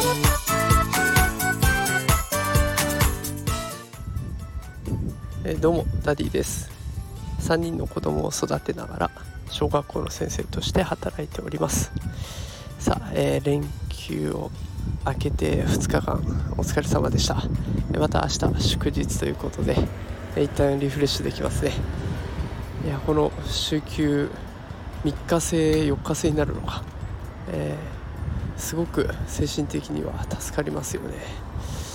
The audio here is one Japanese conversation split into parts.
どうもダディです。3人の子供を育てながら小学校の先生として働いております。さあ、連休を明けて2日間お疲れ様でした。また明日祝日ということで、一旦リフレッシュできますね。いや、この週休3日制4日制になるのか、すごく精神的には助かりますよね。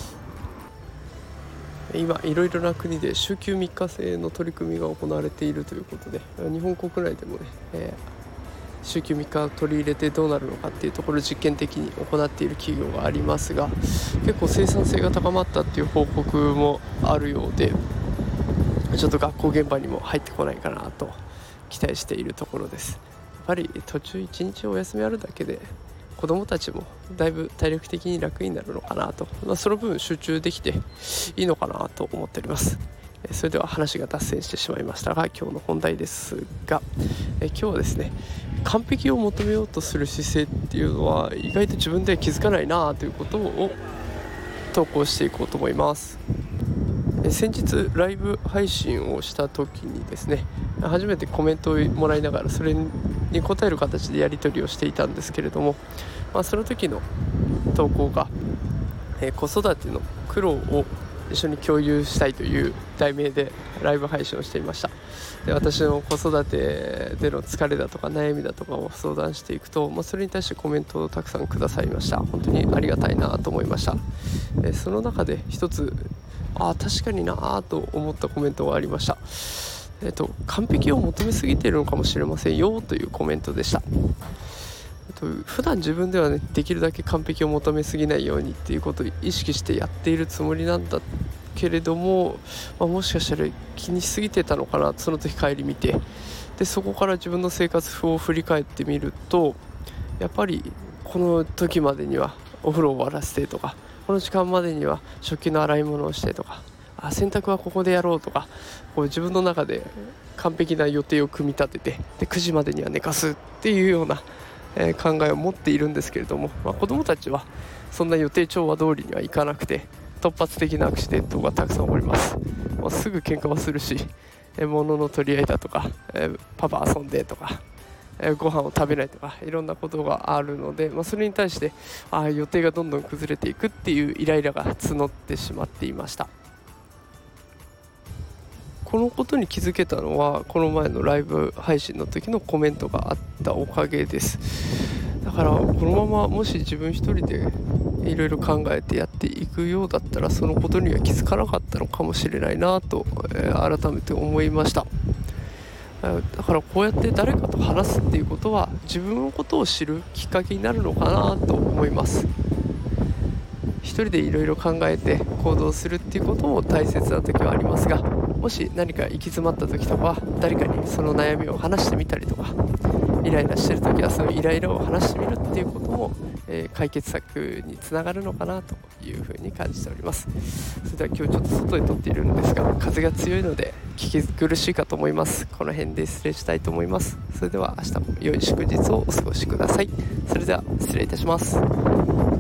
今いろいろな国で週休3日制の取り組みが行われているということで、日本国内でもね、週休3日取り入れてどうなるのかっていうところを実験的に行っている企業がありますが、結構生産性が高まったっていう報告もあるようで、ちょっと学校現場にも入ってこないかなと期待しているところです。やっぱり途中1日お休みあるだけで子どもたちもだいぶ体力的に楽になるのかなと、その分集中できていいのかなと思っております。それでは話が脱線してしまいましたが、今日の本題ですが、今日はですね、完璧を求めようとする姿勢っていうのは意外と自分では気づかないなということを投稿していこうと思います。先日ライブ配信をした時にですね、初めてコメントをもらいながらそれに答える形でやり取りをしていたんですけれども、その時の投稿が、子育ての苦労を一緒に共有したいという題名でライブ配信をしていました。で、私の子育てでの疲れだとか悩みだとかを相談していくと、それに対してコメントをたくさんくださいました。本当にありがたいなと思いました。その中で一つ確かになと思ったコメントがありました。完璧を求めすぎているのかもしれませんよというコメントでした。普段自分ではね、できるだけ完璧を求めすぎないようにっていうことを意識してやっているつもりなんだけれども、もしかしたら気にしすぎてたのかなと、その時帰り見て、でそこから自分の生活を振り返ってみると、やっぱりこの時までにはお風呂を終わらせてとか、この時間までには食器の洗い物をしてとか、洗濯はここでやろうとか、自分の中で完璧な予定を組み立てて、で9時までには寝かすっていうような、考えを持っているんですけれども、子どもたちはそんな予定調和通りにはいかなくて、突発的なアクシデントがたくさん起こります。すぐ喧嘩はするし、物の取り合いだとか、パパ遊んでとか、ご飯を食べないとか、いろんなことがあるので、それに対して予定がどんどん崩れていくっていうイライラが募ってしまっていました。このことに気づけたのは、この前のライブ配信の時のコメントがあったおかげです。だからこのままもし自分一人でいろいろ考えてやっていくようだったら、そのことには気づかなかったのかもしれないなと、改めて思いました。だからこうやって誰かと話すっていうことは、自分のことを知るきっかけになるのかなと思います。一人でいろいろ考えて行動するっていうことも大切な時はありますが、もし何か行き詰まった時とかは誰かにその悩みを話してみたりとか、イライラしてる時はそのイライラを話してみるっていうことも、解決策につながるのかなというふうに感じております。それでは今日ちょっと外で撮っているんですが、風が強いので聞き苦しいかと思います。この辺で失礼したいと思います。それでは明日も良い祝日をお過ごしください。それでは失礼いたします。